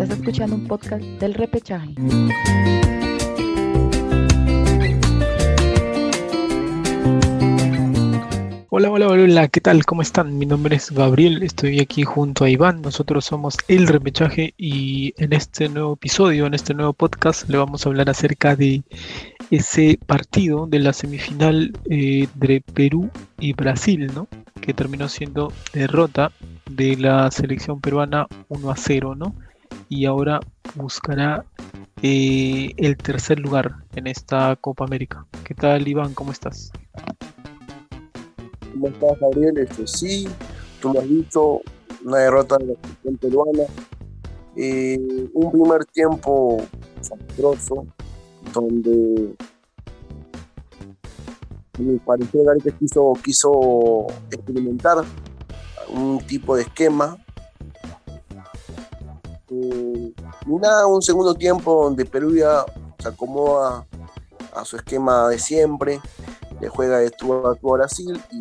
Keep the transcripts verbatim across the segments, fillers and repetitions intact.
Estás escuchando un podcast del Repechaje. Hola, hola, hola, ¿qué tal? ¿Cómo están? Mi nombre es Gabriel, estoy aquí junto a Iván, nosotros somos El Repechaje y en este nuevo episodio, en este nuevo podcast, le vamos a hablar acerca de ese partido de la semifinal eh, de Perú y Brasil, ¿no? Que terminó siendo derrota de la selección peruana uno a cero, ¿no? Y ahora buscará eh, el tercer lugar en esta Copa América. ¿Qué tal, Iván? ¿Cómo estás? ¿Cómo estás, Gabriel? Este, sí, tú lo has dicho, una derrota de la selección peruana. Eh, un primer tiempo desastroso, donde me pareció que Gareca quiso, quiso experimentar un tipo de esquema. Eh, y nada, un segundo tiempo donde Perú ya se acomoda a su esquema de siempre, le juega de tú a tú a Brasil y,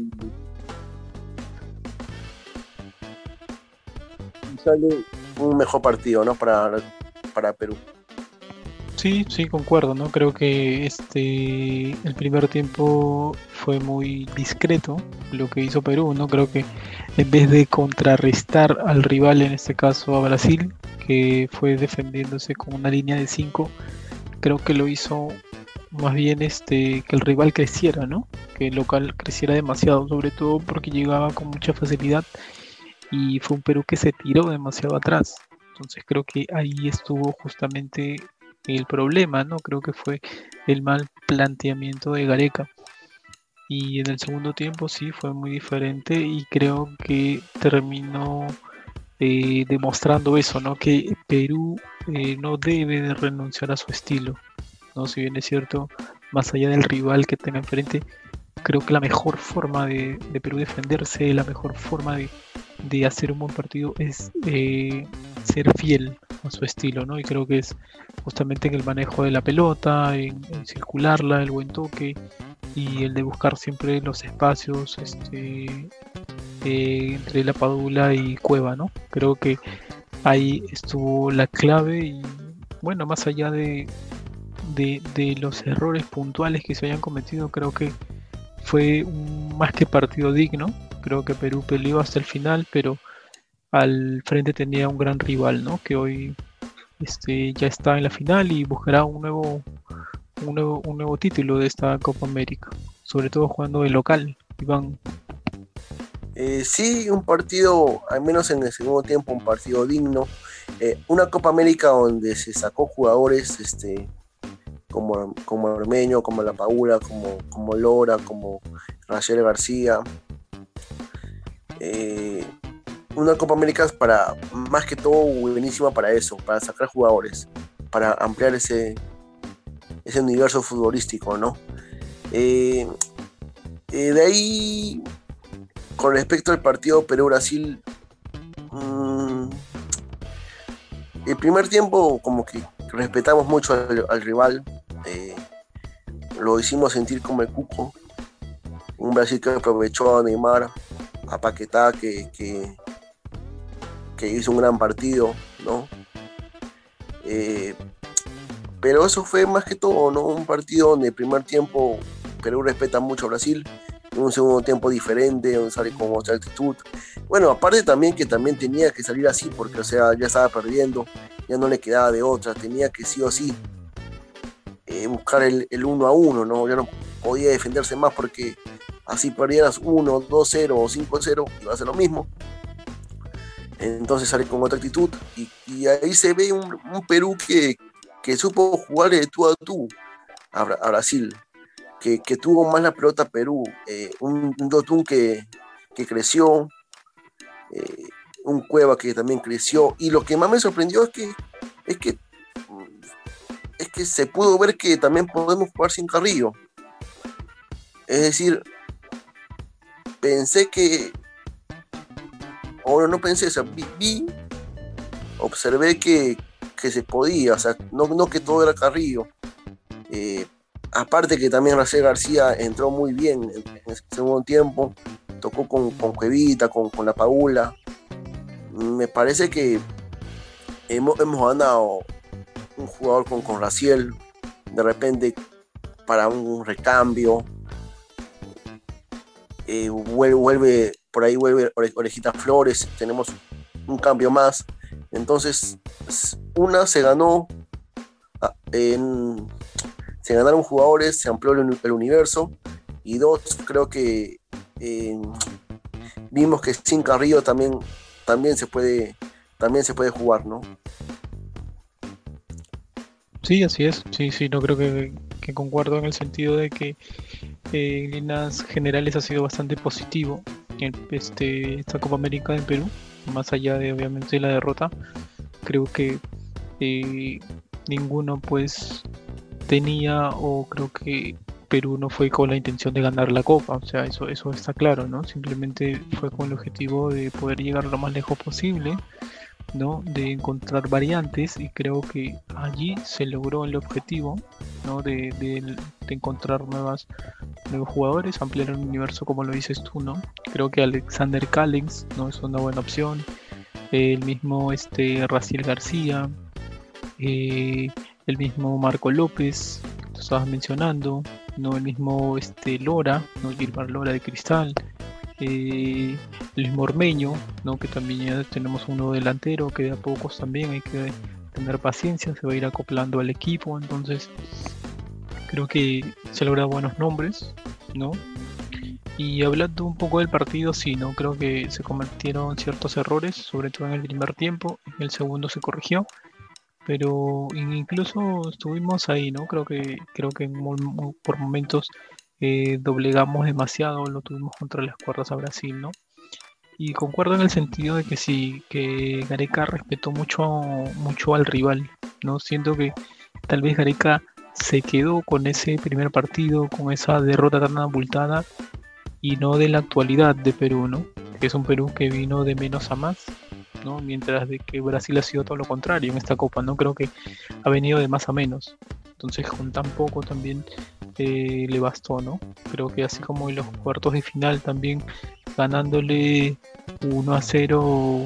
y sale un mejor partido, ¿no? para, para Perú. Sí, sí, concuerdo, ¿no? Creo que este el primer tiempo fue muy discreto lo que hizo Perú, ¿no? Creo que en vez de contrarrestar al rival, en este caso a Brasil, que fue defendiéndose con una línea de cinco, creo que lo hizo más bien este que el rival creciera, ¿no? Que el local creciera demasiado, sobre todo porque llegaba con mucha facilidad y fue un Perú que se tiró demasiado atrás. Entonces creo que ahí estuvo justamente el problema, ¿no? Creo que fue el mal planteamiento de Gareca. Y en el segundo tiempo sí fue muy diferente y creo que terminó eh, demostrando eso, ¿no? Que Perú eh, no debe de renunciar a su estilo, ¿no? Si bien es cierto, más allá del rival que tenga enfrente, creo que la mejor forma de, de Perú defenderse, la mejor forma de, de hacer un buen partido es eh, ser fiel a su estilo, ¿no? Y creo que es justamente en el manejo de la pelota, en, en circularla, el buen toque y el de buscar siempre los espacios este, eh, entre la Padula y Cueva, ¿no? Creo que ahí estuvo la clave y bueno, más allá de, de, de los errores puntuales que se hayan cometido, creo que fue un más que partido digno. Creo que Perú peleó hasta el final, pero al frente tenía un gran rival, ¿no? Que hoy este, ya está en la final y buscará un nuevo, un nuevo, un nuevo título de esta Copa América, sobre todo jugando de local, Iván. Eh, sí, un partido, al menos en el segundo tiempo, un partido digno. Eh, una Copa América donde se sacó jugadores este, como, como Ormeño, como La Paula, como, como Lora, como Rachel García. Eh, una Copa América para, más que todo, buenísima para eso, para sacar jugadores, para ampliar ese, ese universo futbolístico, ¿no? Eh, eh, de ahí, con respecto al partido Perú-Brasil, mmm, el primer tiempo como que respetamos mucho al, al rival, eh, lo hicimos sentir como el cuco, un Brasil que aprovechó a Neymar, a Paquetá que, que, que hizo un gran partido, ¿no? Eh, pero eso fue más que todo, ¿no? Un partido donde el primer tiempo Perú respeta mucho a Brasil, un segundo tiempo diferente, donde sale con otra actitud. Bueno, aparte también que también tenía que salir así, porque o sea, ya estaba perdiendo, ya no le quedaba de otra, tenía que sí o sí eh, buscar el, el uno a uno, ¿no? Ya no podía defenderse más porque así perdieras uno, dos cero o cinco cero, iba a ser lo mismo. Entonces sale con otra actitud y, y ahí se ve un, un Perú que, que supo jugar de tú a tú a, a Brasil. Que, que tuvo más la pelota Perú, eh, un, un Dotún que, que creció, eh, un Cueva que también creció, y lo que más me sorprendió es que, es que es que se pudo ver que también podemos jugar sin Carrillo. Es decir, pensé que, o no, no pensé, o sea, vi, vi observé que, que se podía, o sea, no, no que todo era Carrillo. Eh, Aparte que también Rachel García entró muy bien en, en el segundo tiempo, tocó con, con Cuevita, con, con La Paula. Me parece que, hemos, hemos ganado un jugador con, con Raciel, de repente para un recambio, eh, vuelve, vuelve, por ahí vuelve Orejita Flores, tenemos un cambio más, entonces una se ganó, en, se ganaron jugadores, se amplió el, el universo, y dos, creo que eh, vimos que sin Carrillo también, también se puede también se puede jugar, ¿no? Sí, así es. Sí, sí, no creo que, que concuerdo en el sentido de que eh, en líneas generales ha sido bastante positivo el, este, esta Copa América en Perú, más allá de obviamente la derrota. Creo que eh, ninguno pues tenía, o creo que Perú no fue con la intención de ganar la Copa, o sea, eso, eso está claro, ¿no? Simplemente fue con el objetivo de poder llegar lo más lejos posible, ¿no? De encontrar variantes, y creo que allí se logró el objetivo, ¿no? De, de, de encontrar nuevas, nuevos jugadores, ampliar el universo como lo dices tú, ¿no? Creo que Alexander Callens, ¿no? Es una buena opción, el mismo este, Raciel García, eh, el mismo Marco López, que tú estabas mencionando, ¿no? El mismo este, Lora, ¿no? Gilmar Lora de Cristal, eh, el mismo Ormeño, ¿no? Que también ya tenemos un nuevo delantero, que de a pocos también hay que tener paciencia, se va a ir acoplando al equipo, entonces creo que se logran buenos nombres, ¿no? Y hablando un poco del partido, sí, ¿no? Creo que se cometieron ciertos errores, sobre todo en el primer tiempo, en el segundo se corrigió, pero incluso estuvimos ahí, ¿no? Creo que creo que en, por momentos eh, doblegamos demasiado, lo tuvimos contra las cuerdas a Brasil, ¿no? Y concuerdo en el sentido de que sí, que Gareca respetó mucho, mucho al rival, ¿no? Siento que tal vez Gareca se quedó con ese primer partido, con esa derrota tan abultada, y no de la actualidad de Perú, ¿no? Que es un Perú que vino de menos a más, ¿no? Mientras de que Brasil ha sido todo lo contrario en esta Copa, ¿no? Creo que ha venido de más a menos. Entonces con tan poco también eh, le bastó, ¿no? Creo que así como en los cuartos de final también ganándole uno a cero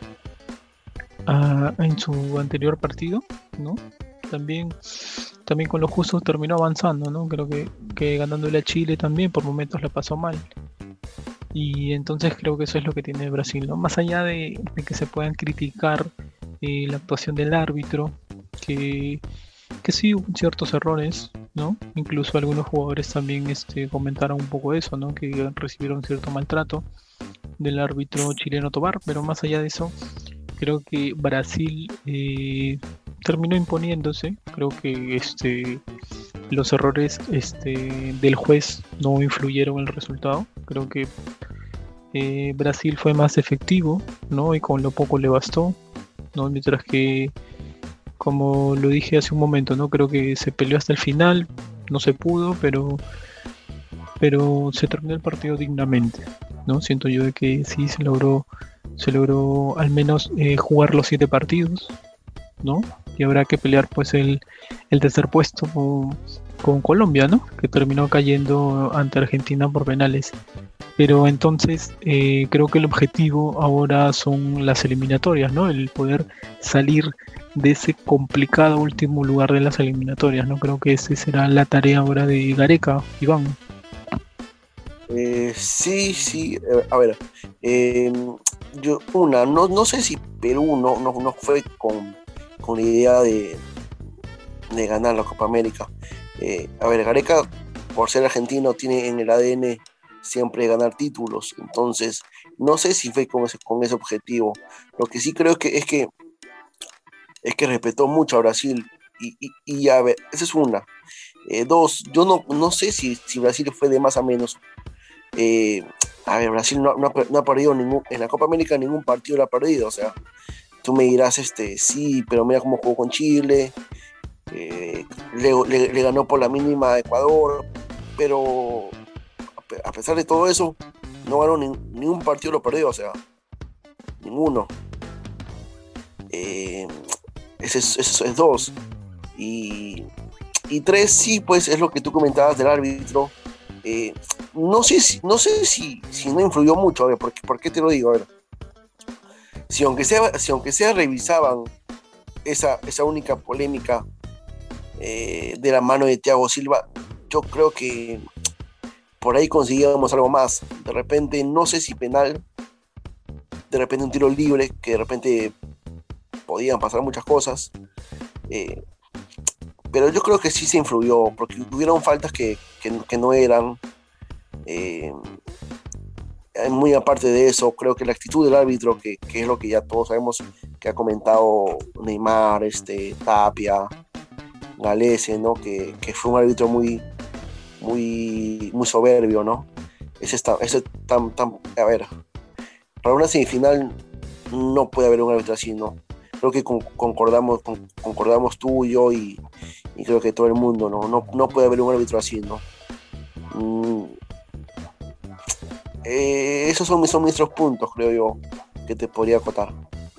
a, en su anterior partido, ¿no? También, también con lo justo terminó avanzando, ¿no? Creo que, que ganándole a Chile también por momentos la pasó mal. Y entonces creo que eso es lo que tiene Brasil, ¿no? Más allá de, de que se puedan criticar eh, la actuación del árbitro, que, que sí hubo ciertos errores, ¿no? Incluso algunos jugadores también este, comentaron un poco eso, ¿no? Que recibieron cierto maltrato del árbitro chileno Tobar, pero más allá de eso, creo que Brasil eh, terminó imponiéndose. Creo que este, los errores este, del juez no influyeron en el resultado. Creo que eh, Brasil fue más efectivo, ¿no? Y con lo poco le bastó, ¿no? Mientras que, como lo dije hace un momento, ¿no? Creo que se peleó hasta el final, no se pudo, pero, pero se terminó el partido dignamente, ¿no? Siento yo de que sí se logró, se logró al menos eh, jugar los siete partidos, ¿no? Y habrá que pelear pues el, el tercer puesto con, con Colombia, ¿no? Que terminó cayendo ante Argentina por penales. Pero entonces eh, creo que el objetivo ahora son las eliminatorias, ¿no? El poder salir de ese complicado último lugar de las eliminatorias, ¿no? Creo que esa será la tarea ahora de Gareca, Iván. Eh, sí, sí, eh, a ver, eh, yo una, no, no sé si Perú no, no, no fue con, con la idea de, de ganar la Copa América. Eh, a ver, Gareca, por ser argentino, tiene en el A D N siempre ganar títulos, entonces no sé si fue con ese, con ese objetivo. Lo que sí creo que es que es que respetó mucho a Brasil y, y, y a ver, esa es una. Eh, dos, yo no, no sé si, si Brasil fue de más a menos. Eh, a ver, Brasil no, no, ha, no ha perdido ningún, en la Copa América ningún partido lo ha perdido, o sea, tú me dirás, este, sí, pero mira cómo jugó con Chile, eh, le, le, le ganó por la mínima a Ecuador, pero a pesar de todo eso, no ganó ni, ningún partido lo perdió, o sea, ninguno. Eh, ese es, ese es dos. Y, y tres, sí, pues es lo que tú comentabas del árbitro. Eh, no sé si no sé si, si no influyó mucho. A ver, ¿por qué, ¿por qué te lo digo? A ver, si aunque sea, si aunque sea revisaban esa, esa única polémica eh, de la mano de Thiago Silva, yo creo que por ahí conseguíamos algo más. De repente, no sé si penal, de repente un tiro libre, que de repente podían pasar muchas cosas. Eh, pero yo creo que sí se influyó, porque hubieron faltas que, que, que no eran. Eh, muy aparte de eso, creo que la actitud del árbitro, que, que es lo que ya todos sabemos, que ha comentado Neymar, este, Tapia, Galese, ¿no? Que, que fue un árbitro muy, muy, muy soberbio, ¿no? Ese está, ese tan, tan, a ver, para una semifinal no puede haber un árbitro así, ¿no? Creo que con, concordamos, con, concordamos tú y yo y, y creo que todo el mundo, ¿no? No, no puede haber un árbitro así, ¿no? Mm, eh, esos son mis, son mis tres puntos, creo yo, que te podría acotar.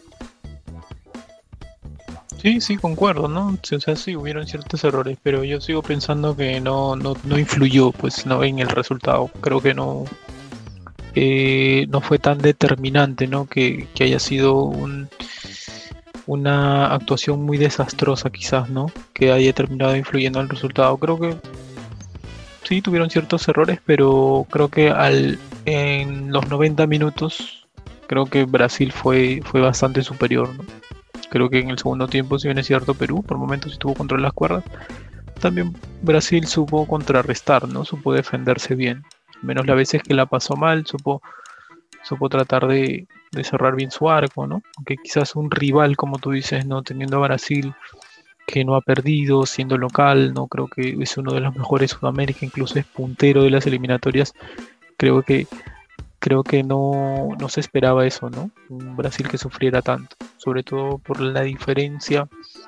Sí, sí, concuerdo, ¿no? Sí, o sea, sí, hubieron ciertos errores, pero yo sigo pensando que no, no, no influyó, pues, no en el resultado. Creo que no, eh, no fue tan determinante, ¿no? Que, que haya sido un, una actuación muy desastrosa, quizás, ¿no? Que haya terminado influyendo en el resultado. Creo que sí tuvieron ciertos errores, pero creo que al en los noventa minutos, creo que Brasil fue, fue bastante superior, ¿no? Creo que en el segundo tiempo, si bien es cierto, Perú por momentos estuvo contra las cuerdas, también Brasil supo contrarrestar, ¿no? Supo defenderse bien. Al menos las veces que la pasó mal, supo, supo tratar de, de cerrar bien su arco, ¿no? Aunque quizás un rival, como tú dices, ¿no? Teniendo a Brasil, que no ha perdido, siendo local, ¿no? Creo que es uno de los mejores de Sudamérica, incluso es puntero de las eliminatorias. Creo que Creo que no, no se esperaba eso, ¿no? Un Brasil que sufriera tanto, sobre todo por la diferencia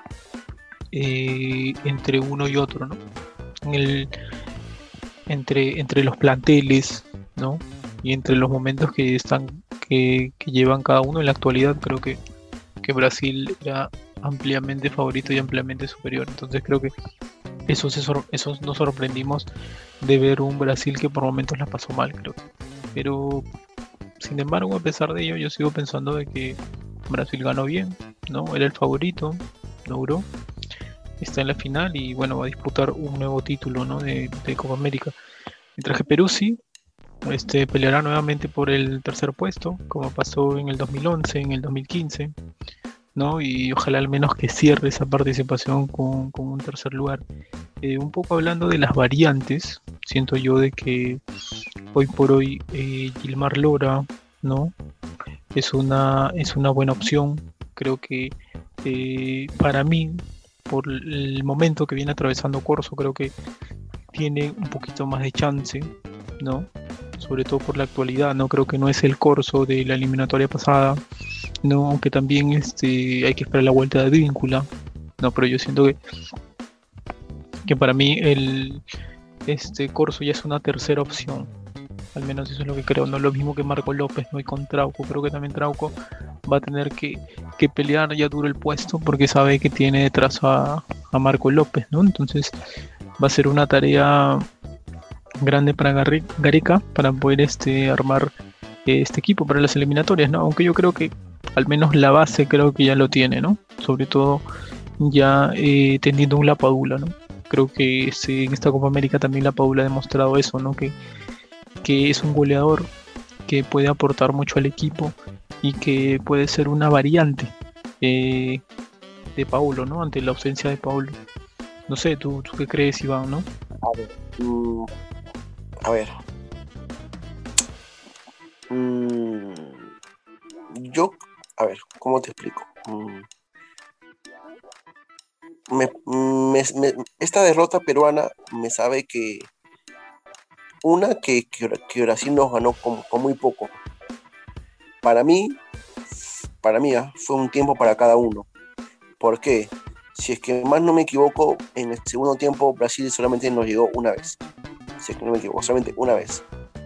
eh, entre uno y otro, ¿no? En el, entre, entre los planteles, ¿no? Y entre los momentos que están que, que llevan cada uno en la actualidad, creo que, que Brasil era ampliamente favorito y ampliamente superior. Entonces creo que eso, se sor- eso nos sorprendimos de ver un Brasil que por momentos la pasó mal, creo. Pero, sin embargo, a pesar de ello, yo sigo pensando de que Brasil ganó bien, ¿no? Era el favorito, logró, está en la final y, bueno, va a disputar un nuevo título, ¿no? de, de Copa América. Mientras que Perú sí, este, peleará nuevamente por el tercer puesto, como pasó en el dos mil once, en el dos mil quince, ¿no? Y ojalá al menos que cierre esa participación con, con un tercer lugar. Eh, un poco hablando de las variantes, siento yo de que hoy por hoy eh, Gilmar Lora, ¿no? Es una, es una buena opción. Creo que eh, para mí, por el momento que viene atravesando Corso, creo que tiene un poquito más de chance, ¿no? Sobre todo por la actualidad, ¿no? Creo que no es el Corso de la eliminatoria pasada, ¿no? Aunque también este, hay que esperar la vuelta de Víncula, ¿no? Pero yo siento que, que para mí el este Corso ya es una tercera opción. Al menos eso es lo que creo, no es lo mismo que Marco López, ¿no? Y con Trauco, creo que también Trauco va a tener que, que pelear ya duro el puesto porque sabe que tiene detrás a, a Marco López, ¿no? Entonces va a ser una tarea grande para Garri- Gareca para poder este, armar eh, este equipo para las eliminatorias, ¿no? Aunque yo creo que al menos la base creo que ya lo tiene, ¿no? Sobre todo ya eh, teniendo un Lapadula, ¿no? Creo que este, en esta Copa América también Lapadula ha demostrado eso, ¿no? Que que es un goleador que puede aportar mucho al equipo y que puede ser una variante eh, de Paulo, ¿no? Ante la ausencia de Paulo. No sé, ¿tú, tú qué crees, Iván, no? A ver, mm, a ver. Mm, yo, a ver, ¿cómo te explico? Mm, me, me- me- esta derrota peruana me sabe que una que, que, que Brasil nos ganó con, con muy poco. Para mí, para mí ah, fue un tiempo para cada uno. ¿Por qué? Si es que más no me equivoco, en el segundo tiempo Brasil solamente nos llegó una vez. Si es que no me equivoco, solamente una vez.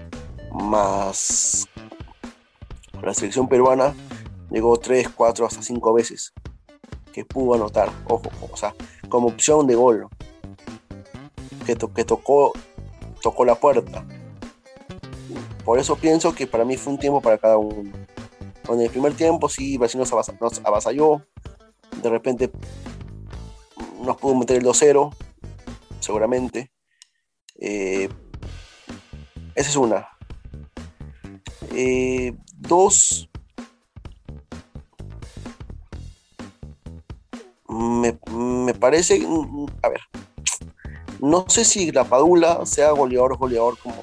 Más la selección peruana llegó tres, cuatro, hasta cinco veces que pudo anotar. Ojo, o sea, como opción de gol. Que, to- que tocó, tocó la puerta. Por eso pienso que para mí fue un tiempo para cada uno. En el primer tiempo sí, Brasil nos, avas- nos avasalló. de repente nos pudo meter el dos cero, seguramente. Eh, esa es una. Eh, dos, me, me parece, a ver, no sé si la Padula sea goleador goleador como,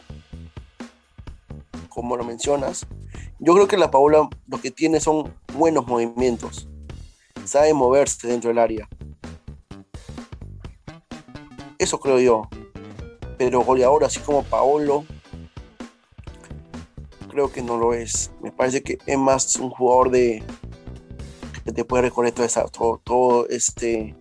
como lo mencionas. Yo creo que la Padula lo que tiene son buenos movimientos, sabe moverse dentro del área. Eso creo yo. Pero goleador así como Paolo, creo que no lo es. Me parece que es más un jugador de que te puede recorrer todo, esa, todo, todo este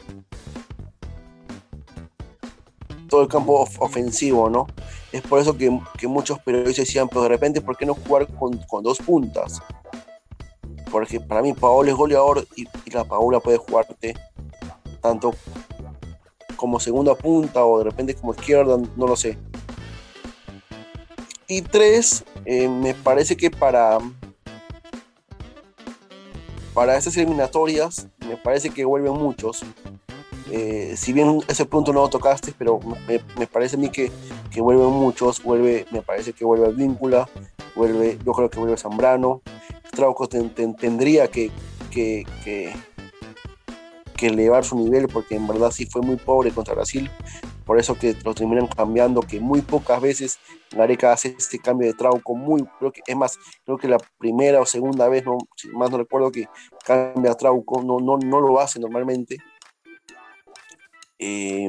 todo el campo of- ofensivo, ¿no? Es por eso que, que muchos periodistas decían, pero de repente, ¿por qué no jugar con, con dos puntas? Porque para mí Paolo es goleador y, y la Paula puede jugarte tanto como segunda punta o de repente como izquierda, no lo sé. Y tres, eh, me parece que para para estas eliminatorias me parece que vuelven muchos. Eh, si bien ese punto no lo tocaste, pero me, me parece a mí que, que vuelven muchos. Vuelve, me parece que vuelve Víncula, vuelve, yo creo que vuelve Zambrano. Trauco ten, ten, tendría que, que, que que elevar su nivel, porque en verdad sí fue muy pobre contra Brasil, por eso que lo terminan cambiando, que muy pocas veces Gareca hace este cambio de Trauco, muy, creo que, es más, creo que la primera o segunda vez, no, si más no recuerdo, que cambia a Trauco, no, no, no lo hace normalmente. Eh,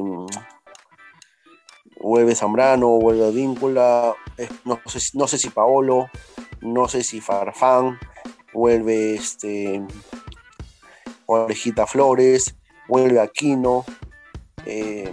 vuelve Zambrano, vuelve Víncula, eh, no, sé, no sé si Paolo, no sé si Farfán, vuelve este... Orejita Flores, vuelve Aquino, eh,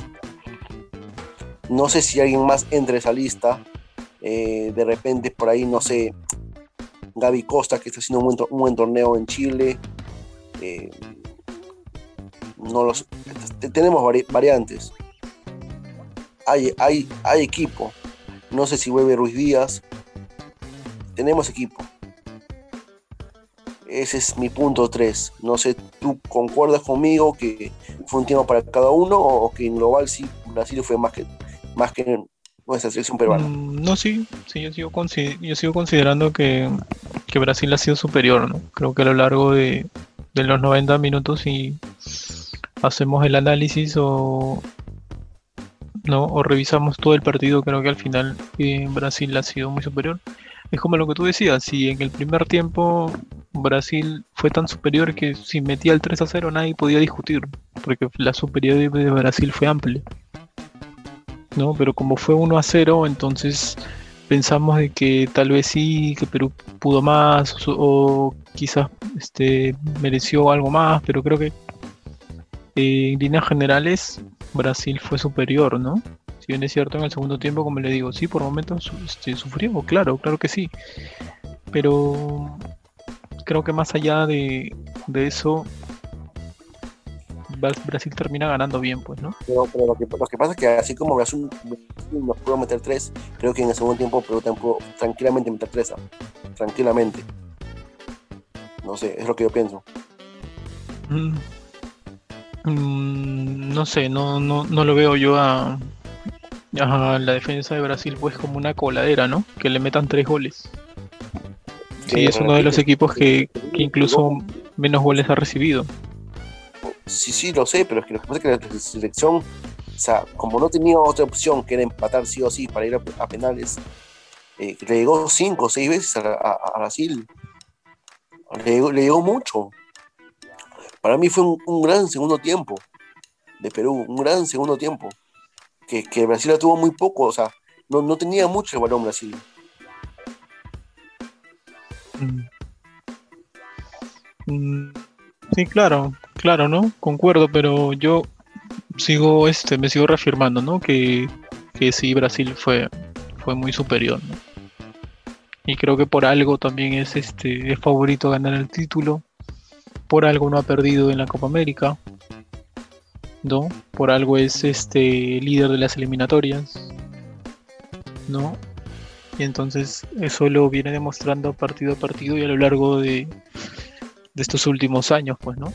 no sé si alguien más entre esa lista, eh, de repente por ahí, no sé, Gaby Costa, que está haciendo un buen, to- un buen torneo en Chile, eh, no los, t- tenemos vari- variantes, hay, hay, hay equipo, no sé si vuelve Ruiz Díaz, tenemos equipo. Ese es mi punto tres. No sé, ¿tú concuerdas conmigo que fue un tiempo para cada uno o que en global sí Brasil fue más que, más que nuestra selección peruana? Mm, no, sí, sí, yo sigo, consi- yo sigo considerando que, que Brasil ha sido superior, ¿no? Creo que a lo largo de, de los noventa minutos, si hacemos el análisis o, ¿no? o revisamos todo el partido, creo que al final eh, Brasil ha sido muy superior. Es como lo que tú decías, si en el primer tiempo Brasil fue tan superior que si metía el tres a cero nadie podía discutir, porque la superioridad de Brasil fue amplia, ¿no? Pero como fue uno a cero, entonces pensamos de que tal vez sí, que Perú pudo más o, o quizás este, mereció algo más, pero creo que eh, en líneas generales Brasil fue superior, ¿no? Si bien es cierto, en el segundo tiempo, como le digo, sí, por momentos su- este, sufrió, claro, claro que sí, pero creo que más allá de, de eso, Bras- Brasil termina ganando bien, pues, ¿no? Pero, pero lo, que, lo que pasa es que así como Brasil nos pudo meter tres, creo que en el segundo tiempo Perú también pudo tranquilamente meter tres. ¿Ah? Tranquilamente. No sé, es lo que yo pienso. Mm, mm, no sé, no, no, no lo veo yo a, a la defensa de Brasil pues como una coladera, ¿no? Que le metan tres goles. Sí, Que es uno de los repite, equipos que, que incluso menos goles ha recibido. Sí, sí, lo sé, pero es que lo que pasa es que la selección, o sea, como no tenía otra opción que era empatar sí o sí para ir a, a penales, eh, le llegó cinco o seis veces a, a, a Brasil. Le llegó, le llegó mucho. Para mí fue un, un gran segundo tiempo de Perú, un gran segundo tiempo. Que, que Brasil la tuvo muy poco, o sea, no, no tenía mucho el balón Brasil. Mm. Mm, sí, claro, claro, ¿no? Concuerdo, pero yo sigo, este, me sigo reafirmando, ¿no? Que, que sí, Brasil fue, fue muy superior, ¿no? Y creo que por algo también es este, es favorito a ganar el título. Por algo no ha perdido en la Copa América, ¿no? Por algo es este líder de las eliminatorias, ¿no? Y entonces eso lo viene demostrando partido a partido y a lo largo de, de estos últimos años, pues, ¿no?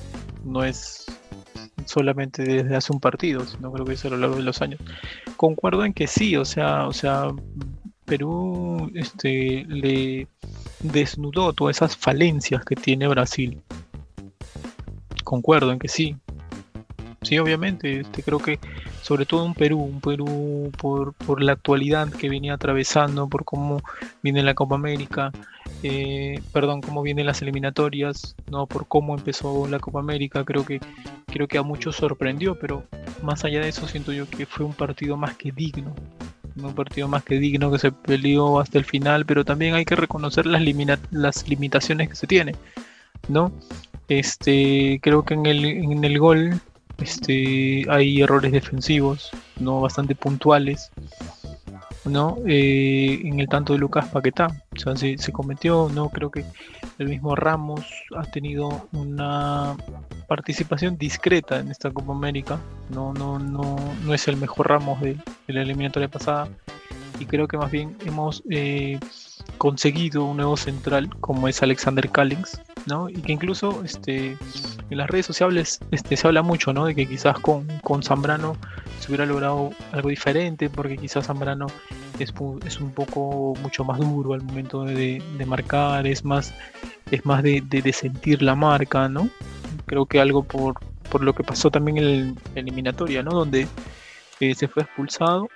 no es solamente desde hace un partido, sino creo que es a lo largo de los años. Concuerdo en que sí, o sea, o sea, Perú este, le desnudó todas esas falencias que tiene Brasil. Concuerdo en que sí. Sí, obviamente, este, creo que sobre todo un Perú, un Perú por, por la actualidad que venía atravesando, por cómo viene la Copa América, eh, perdón, cómo vienen las eliminatorias, no, por cómo empezó la Copa América, creo que creo que a muchos sorprendió, pero más allá de eso siento yo que fue un partido más que digno, un partido más que digno que se peleó hasta el final, pero también hay que reconocer las, limita- las limitaciones que se tiene, ¿no? Este, creo que en el, en el gol este, hay errores defensivos, no bastante puntuales, ¿no? Eh, en el tanto de Lucas Paquetá, o sea, se, se cometió, ¿no? Creo que el mismo Ramos ha tenido una participación discreta en esta Copa América, no, no, no, no es el mejor Ramos de, de la eliminatoria pasada, y creo que más bien hemos eh, conseguido un nuevo central como es Alexander Callens, ¿no? Y que incluso este, en las redes sociales este, se habla mucho, ¿no? De que quizás con, con Zambrano se hubiera logrado algo diferente, porque quizás Zambrano es, es un poco mucho más duro al momento de, de marcar, es más, es más de, de, de sentir la marca, ¿no? Creo que algo por, por lo que pasó también en la eliminatoria, ¿no? Donde eh, se fue expulsado.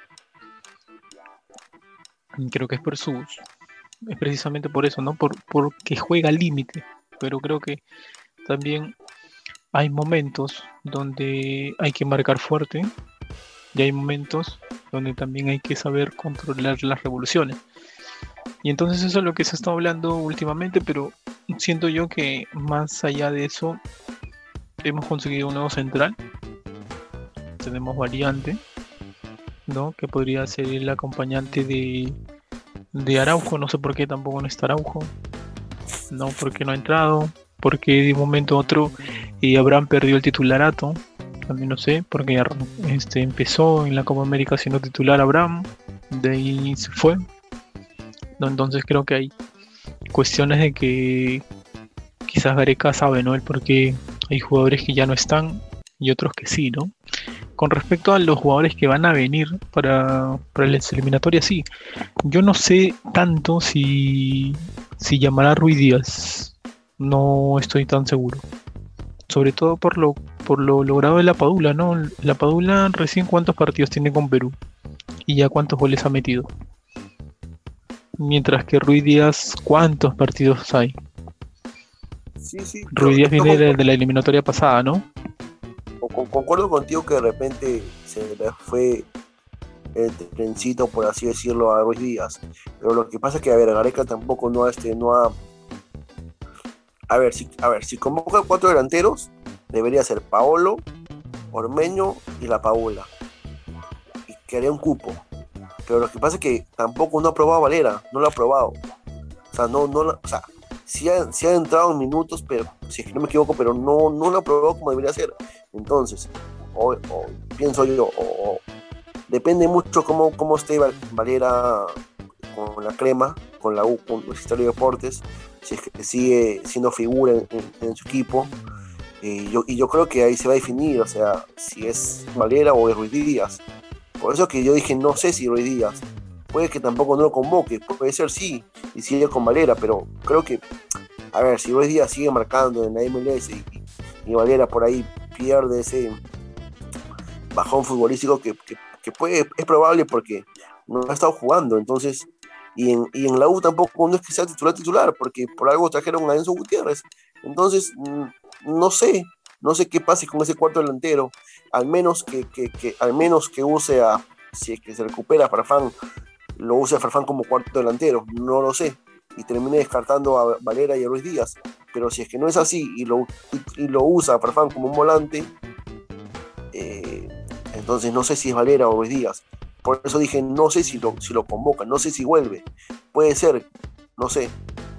Creo que es por sus, es precisamente por eso, ¿no? Por, porque juega al límite. Pero creo que también hay momentos donde hay que marcar fuerte y hay momentos donde también hay que saber controlar las revoluciones. Y entonces eso es lo que se está hablando últimamente, pero siento yo que más allá de eso hemos conseguido un nuevo central. Tenemos variante, ¿no? Que podría ser el acompañante de, de Araujo, no sé por qué tampoco no está Araujo. No, porque no ha entrado, porque de un momento a otro eh, Abraham perdió el titularato, también no sé, porque este, empezó en la Copa América siendo titular Abraham, de ahí se fue, no, entonces creo que hay cuestiones de que quizás Gareca sabe, ¿no? El por qué hay jugadores que ya no están y otros que sí, ¿no? Con respecto a los jugadores que van a venir para, para las eliminatorias, sí, yo no sé tanto si Si llamará a Ruiz Díaz, no estoy tan seguro. Sobre todo por lo por lo logrado de la Padula, ¿no? La Padula recién cuántos partidos tiene con Perú y ya cuántos goles ha metido. Mientras que Ruiz Díaz, ¿cuántos partidos hay? Sí, sí. Ruiz Díaz viene de, de la eliminatoria pasada, ¿no? Concuerdo contigo que de repente se le fue el trencito, por así decirlo, a Ruiz Díaz, pero lo que pasa es que, a ver, Gareca tampoco no ha, este, no ha, a ver, si, a ver, si convoca cuatro delanteros, debería ser Paolo, Ormeño y la Paula, y quedaría un cupo, pero lo que pasa es que tampoco no ha probado a Valera, no lo ha probado, o sea, no, no, o sea, sí ha, sí ha entrado en minutos, pero, si es que no me equivoco, pero no, no lo ha probado como debería ser, entonces, o, o pienso yo, o, o depende mucho cómo, cómo esté Valera con la crema, con la U, con los Historia de Deportes, si es que sigue siendo figura en, en, en su equipo. Eh, yo, y yo creo que ahí se va a definir, o sea, si es Valera o es Ruiz Díaz. Por eso que yo dije, no sé si Ruiz Díaz. Puede que tampoco no lo convoque, puede ser sí, y sigue con Valera, pero creo que, a ver, si Ruiz Díaz sigue marcando en la M L S y, y Valera por ahí pierde ese bajón futbolístico que, que que puede, es probable porque no ha estado jugando, entonces, y en, y en la U tampoco no es que sea titular titular, porque por algo trajeron a Enzo Gutiérrez, entonces, no sé, no sé qué pase con ese cuarto delantero, al menos que, que, que al menos que use a, si es que se recupera Farfán, lo use a Farfán como cuarto delantero, no lo sé, y termine descartando a Valera y a Ruiz Díaz, pero si es que no es así, y lo, y, y lo usa a Farfán como un volante, eh, entonces no sé si es Valera o Ruiz Díaz. Por eso dije, no sé si lo, si lo convocan, no sé si vuelve. Puede ser, no sé.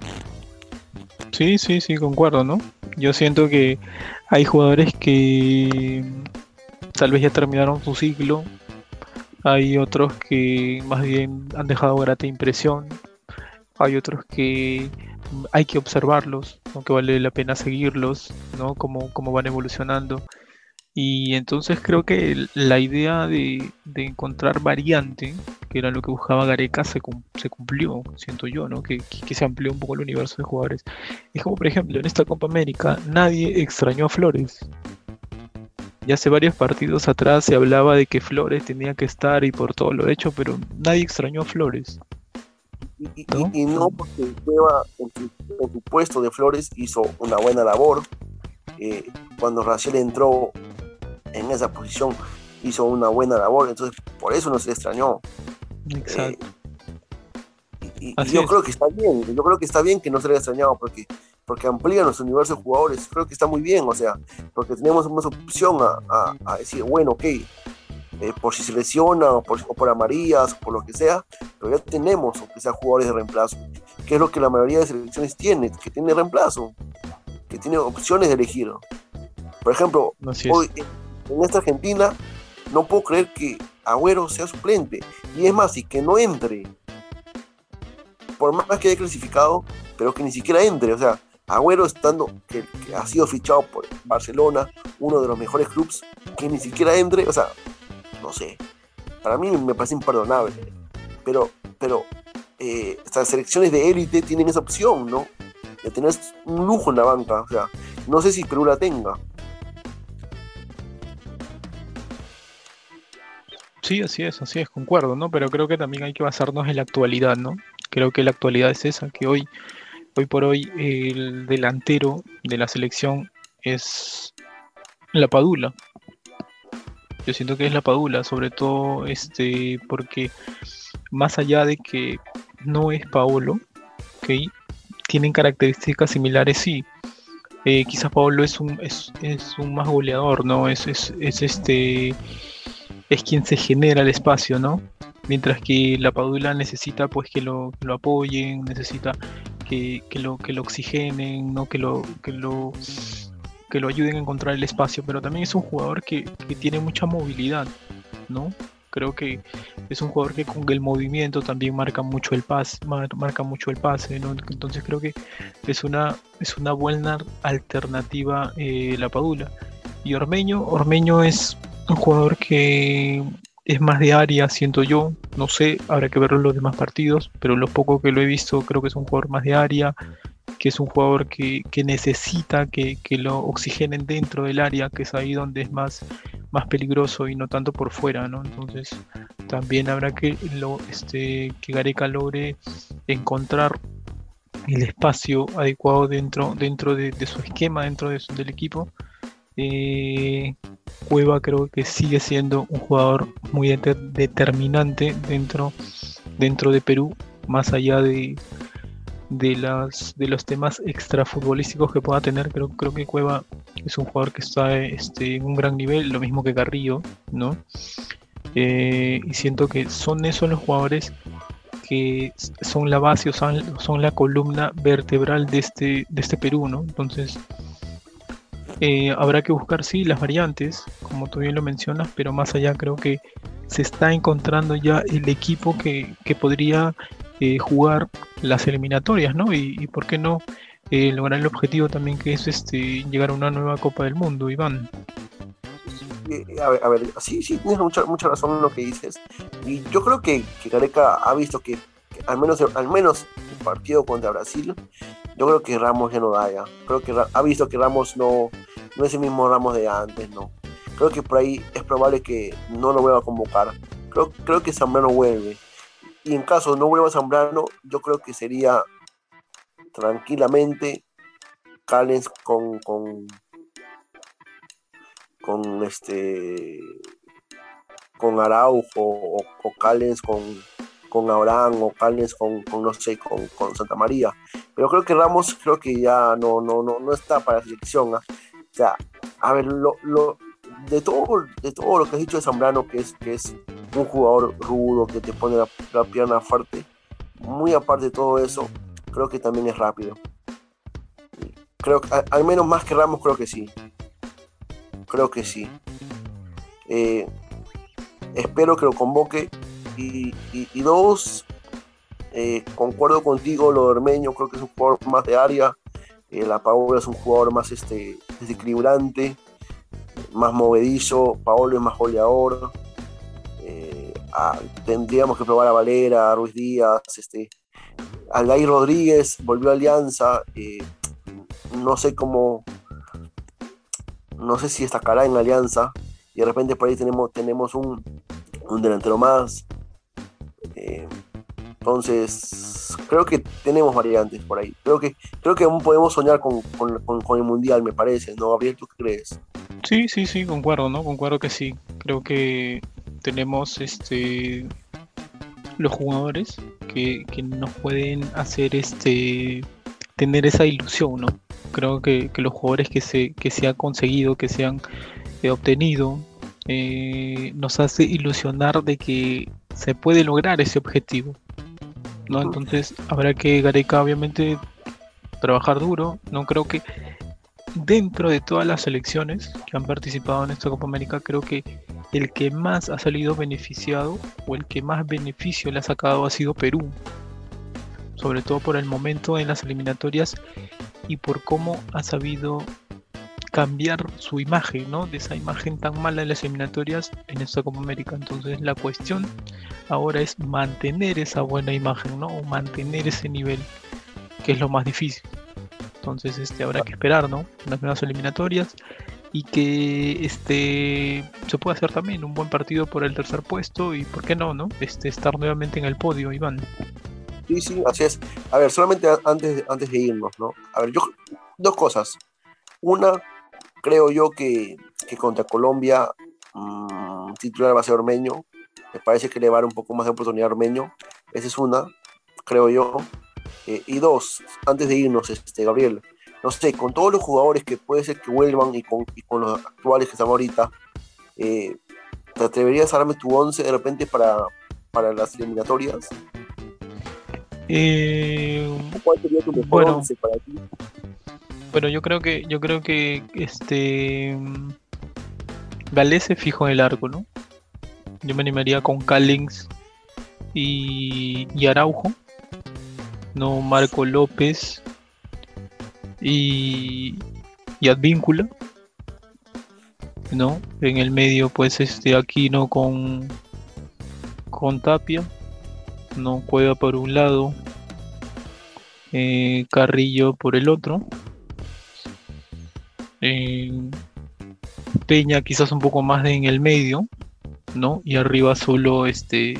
Sí, sí, sí, concuerdo, ¿no? Yo siento que hay jugadores que tal vez ya terminaron su ciclo. Hay otros que más bien han dejado grata impresión. Hay otros que hay que observarlos, ¿no? Que vale la pena seguirlos, ¿no? Cómo, cómo van evolucionando. Y entonces creo que el- la idea de, de encontrar variante, que era lo que buscaba Gareca, se, cum- se cumplió, siento yo, ¿no? Que, que, que se amplió un poco el universo de jugadores. Es como, por ejemplo, en esta Copa América nadie extrañó a Flores. Ya hace varios partidos atrás se hablaba de que Flores tenía que estar y por todo lo hecho, pero nadie extrañó a Flores, Y, y- ¿no? y- y no porque Cueva en su, en su puesto de Flores hizo una buena labor. Eh, cuando Raciel entró en esa posición hizo una buena labor, entonces por eso no se le extrañó. Eh, Exacto. y, y Así yo es. creo que está bien, yo creo que está bien que no se le haya extrañado porque, porque amplía nuestro universo de jugadores, creo que está muy bien, o sea, porque tenemos más opción a, a, a decir, bueno, ok, eh, por si se lesiona o por, o por amarillas o por lo que sea, pero ya tenemos, aunque sea jugadores de reemplazo, que es lo que la mayoría de selecciones tiene, que tiene reemplazo, que tiene opciones de elegir. Por ejemplo, Así es. hoy en esta Argentina no puedo creer que Agüero sea suplente, y es más, y que no entre, por más que haya clasificado, pero que ni siquiera entre, o sea, Agüero estando, que, que ha sido fichado por Barcelona, uno de los mejores clubes, que ni siquiera entre, o sea, no sé, para mí me parece imperdonable, pero, pero eh, estas selecciones de élite tienen esa opción, ¿no? De tener un lujo en la banca, o sea, no sé si Perú la tenga. Sí, así es, así es, concuerdo, ¿no? Pero creo que también hay que basarnos en la actualidad, ¿no? Creo que la actualidad es esa, que hoy, hoy por hoy el delantero de la selección es la Padula. Yo siento que es la Padula, sobre todo este, porque más allá de que no es Paolo, ¿ok? Tienen características similares, sí. Eh, quizás Paolo es un, es, es un más goleador, ¿no? Es, es, es este es quien se genera el espacio, ¿no? Mientras que la Padula necesita pues que lo, que lo apoyen, necesita que, que, lo, que lo oxigenen, ¿no? Que lo, que lo, que lo ayuden a encontrar el espacio, pero también es un jugador que, que tiene mucha movilidad, ¿no? Creo que es un jugador que con el movimiento también marca mucho el pase, mar- marca mucho el pase, ¿no? Entonces creo que es una, es una buena alternativa eh, la Padula. Y Ormeño, Ormeño es un jugador que es más de área, siento yo. No sé, habrá que verlo en los demás partidos, pero lo poco que lo he visto creo que es un jugador más de área, que es un jugador que, que necesita que, que lo oxigenen dentro del área, que es ahí donde es más, más peligroso y no tanto por fuera, ¿no? Entonces también habrá que, lo, este, que Gareca logre encontrar el espacio adecuado dentro, dentro de, de su esquema, dentro de su- del equipo. Eh, Cueva creo que sigue siendo un jugador muy deter- determinante dentro, dentro de Perú, más allá de, de, las, de los temas extrafutbolísticos que pueda tener. Creo, creo que Cueva es un jugador que está este, en un gran nivel, lo mismo que Carrillo, ¿no? Eh, y siento que son esos los jugadores que son la base o son, son la columna vertebral de este, de este Perú, ¿no? Entonces, eh, habrá que buscar, sí, las variantes, como tú bien lo mencionas, pero más allá creo que se está encontrando ya el equipo que, que podría eh, jugar las eliminatorias, ¿no? Y, y por qué no eh, lograr el objetivo también que es este llegar a una nueva Copa del Mundo, Iván. Eh, a ver, a ver, sí, sí, tienes mucha, mucha razón en lo que dices. Y yo creo que, que Gareca ha visto que, que al menos al menos el partido contra Brasil, yo creo que Ramos ya no da ya. Creo que Ra- ha visto que Ramos no, no es el mismo Ramos de antes, ¿no? Creo que por ahí es probable que no lo vuelva a convocar. Creo, creo que Zambrano vuelve. Y en caso no vuelva Zambrano, yo creo que sería tranquilamente Callens con, con, con este con Araujo o, o Callens con, con Abraham o Callens con, con no sé, con, con Santa María. Pero creo que Ramos creo que ya no, no, no, no está para la selección. ¿eh? O sea, a ver, lo, lo, de, todo, de todo lo que has dicho de Zambrano, que es, que es un jugador rudo, que te pone la, la pierna fuerte, muy aparte de todo eso, creo que también es rápido. Creo que, al, al menos más que Ramos, creo que sí. Creo que sí. Eh, espero que lo convoque y, y, y dos Eh, concuerdo contigo, lo de Ormeño, creo que es un jugador más de área. Eh, la Paula es un jugador más este, desequilibrante, más movedizo. Paolo es más goleador. Eh, ah, tendríamos que probar a Valera, a Ruiz Díaz, este, Aldair Rodríguez volvió a Alianza. Eh, no sé cómo, no sé si destacará en Alianza. Y de repente por ahí tenemos, tenemos un, un delantero más. Eh, entonces, creo que tenemos variantes por ahí. Creo que, creo que aún podemos soñar con, con, con, con el Mundial, me parece, ¿no, Gabriel? ¿Tú qué crees? Sí, sí, sí, concuerdo, ¿no? Concuerdo que sí. Creo que tenemos este los jugadores que, que nos pueden hacer este tener esa ilusión, ¿no? Creo que, que los jugadores que se, que se han conseguido, que se han eh, obtenido, eh, nos hace ilusionar de que se puede lograr ese objetivo, ¿no? Entonces habrá que Gareca obviamente trabajar duro. No creo que dentro de todas las selecciones que han participado en esta Copa América, creo que el que más ha salido beneficiado o el que más beneficio le ha sacado ha sido Perú, sobre todo por el momento en las eliminatorias y por cómo ha sabido cambiar su imagen, ¿no? De esa imagen tan mala en las eliminatorias en esta Copa América. Entonces la cuestión ahora es mantener esa buena imagen, ¿no? O mantener ese nivel, que es lo más difícil. Entonces este, habrá que esperar, ¿no? Las nuevas eliminatorias y que este se pueda hacer también un buen partido por el tercer puesto y por qué no, ¿no? Este, estar nuevamente en el podio, Iván. Sí, sí, así es. A ver, solamente antes, antes de irnos, ¿no? A ver, yo, dos cosas. Una, creo yo que, que contra Colombia mmm, titular va a ser Ormeño. Me parece que le va a dar un poco más de oportunidad a Ormeño. Esa es una, creo yo. Eh, y dos, antes de irnos, este, Gabriel, no sé, con todos los jugadores que puede ser que vuelvan y con, y con los actuales que están ahorita, eh, ¿te atreverías a darme tu once de repente para, para las eliminatorias? Eh, ¿Cuál sería tu mejor bueno, once para ti? Bueno, yo creo que yo creo que este Galese se fijo en el arco, ¿no? Yo me animaría con Callens y, y Araujo, no Marco López y, y Advíncula, ¿no? En el medio, pues este Aquino con con Tapia, no Cueva por un lado, eh, Carrillo por el otro. Eh, Peña quizás un poco más de en el medio, ¿no? Y arriba solo este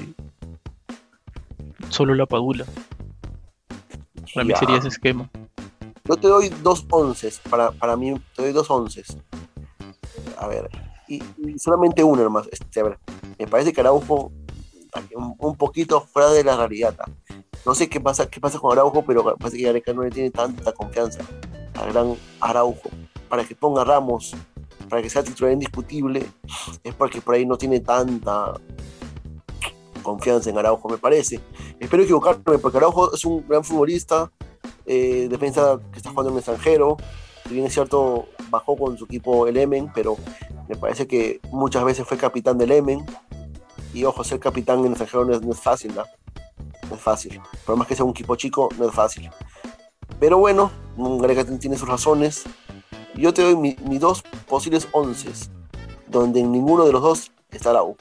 solo la Padula. Para mí Ya. sería ese esquema. Yo te doy dos onces, para, para mí te doy dos onces. A ver, y, y solamente uno hermano. Este, a ver, me parece que Araujo un, un poquito fuera de la realidad. No sé qué pasa, qué pasa con Araujo, pero parece que Gareca no le tiene tanta confianza al gran Araujo. Para que ponga Ramos, para que sea titular indiscutible, es porque por ahí no tiene tanta confianza en Araujo, me parece. Espero equivocarme, porque Araujo es un gran futbolista, eh, defensa que está jugando en el extranjero. Si bien es cierto, bajó con su equipo el Emen, pero me parece que muchas veces fue capitán del Emen. Y ojo, ser capitán en el extranjero no es, no es fácil, ¿no? No es fácil. Por más que sea un equipo chico, no es fácil. Pero bueno, Gareca tiene sus razones. Yo te doy mis mi dos posibles onces, donde en ninguno de los dos está Araujo.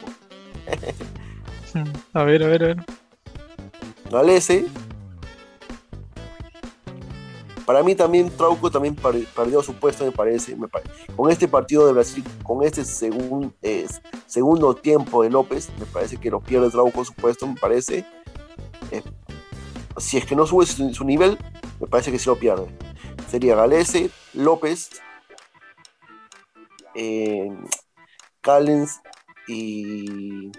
A ver, a ver, a ver. Galese. Para mí también Trauco también perdió su puesto, me parece, me parece. Con este partido de Brasil, con este segun, eh, segundo tiempo de López, me parece que lo pierde Trauco su puesto, me parece. Eh, si es que no sube su, su nivel, me parece que sí lo pierde. Sería Galese, López, eh, Callens y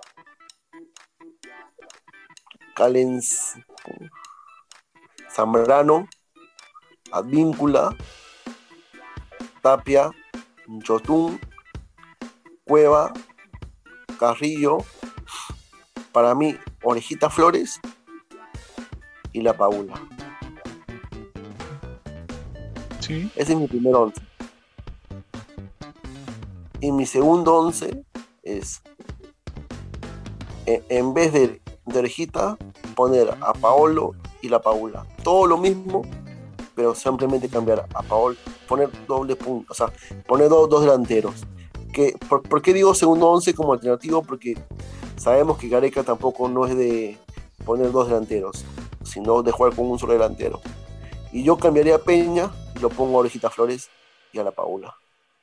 Callens, Zambrano, Advíncula, Tapia, Yotun, Cueva, Carrillo, para mí Orejita Flores y La Paula. Sí. Ese es mi primer once. Y mi segundo once es, en vez de, de Orejita, poner a Paolo y la Paula. Todo lo mismo, pero simplemente cambiar a Paolo, poner doble punto, o sea, poner do, dos delanteros. Que, ¿por, ¿Por qué digo segundo once como alternativo? Porque sabemos que Gareca tampoco no es de poner dos delanteros, sino de jugar con un solo delantero. Y yo cambiaría a Peña y lo pongo a Orejita Flores y a la Paula.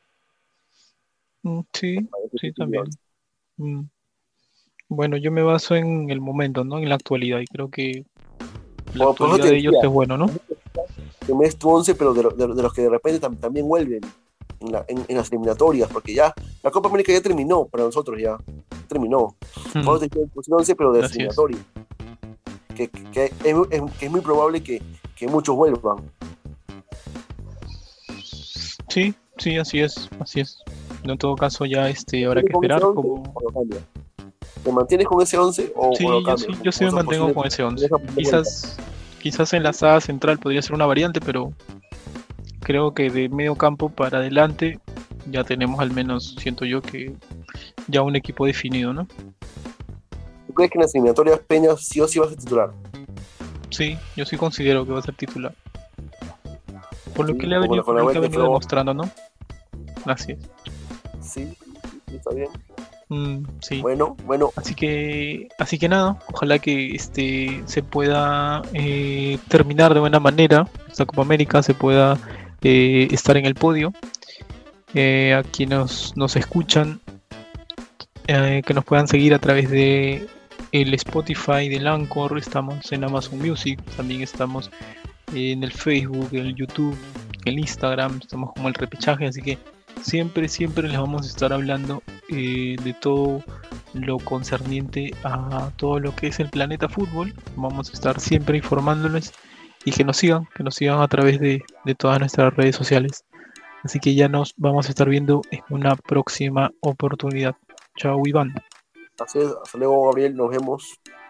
Mm, Sí, sí, también. Mm. Bueno, yo me baso en el momento, ¿no? En la actualidad, y creo que la Por- por eso actualidad te de ellos decía, es bueno, ¿no? que me des tu once, pero de, lo- de- de los que de repente tam- también vuelven en, la- en- en las eliminatorias, porque ya la Copa América ya terminó para nosotros, ya terminó. Mm, Por eso te digo, puse once, pero de las Así es. eliminatorias. Que, que- que es, mu- es- que es muy probable que, que muchos vuelvan. Sí, sí, así es, así es. En todo caso, ya este, habrá que ¿Con ese esperar once como... o lo cambias? ¿Te mantienes con ese once o, Sí, o lo yo cambias? sí, yo sí ¿O me son mantengo posibles- con ese once. dejan de vuelta? Quizás, quizás en la saga central podría ser una variante, pero creo que de medio campo para adelante ya tenemos al menos, siento yo, que ya un equipo definido, ¿no? ¿Tú crees que en las eliminatorias Peña sí o sí va a ser titular? Sí, yo sí considero que va a ser titular. Por lo Sí, que le ha como venido, la- con por la lo que ha vuelta venido fue- demostrando, ¿no? Así es. Sí, sí, está bien. Mm, sí. Bueno, bueno, Así que, así que nada, ojalá que este se pueda eh, terminar de buena manera esta Copa América, se pueda eh, estar en el podio. Eh, a quienes nos escuchan, eh, que nos puedan seguir a través de el Spotify del Anchor, estamos en Amazon Music, también estamos en el Facebook, el YouTube, el Instagram, estamos como el repechaje, así que siempre, siempre les vamos a estar hablando eh, de todo lo concerniente a todo lo que es el planeta fútbol. Vamos a estar siempre informándoles y que nos sigan, que nos sigan a través de, de todas nuestras redes sociales. Así que ya nos vamos a estar viendo en una próxima oportunidad. Chao, Iván. así es. Hasta luego, Gabriel. Nos vemos.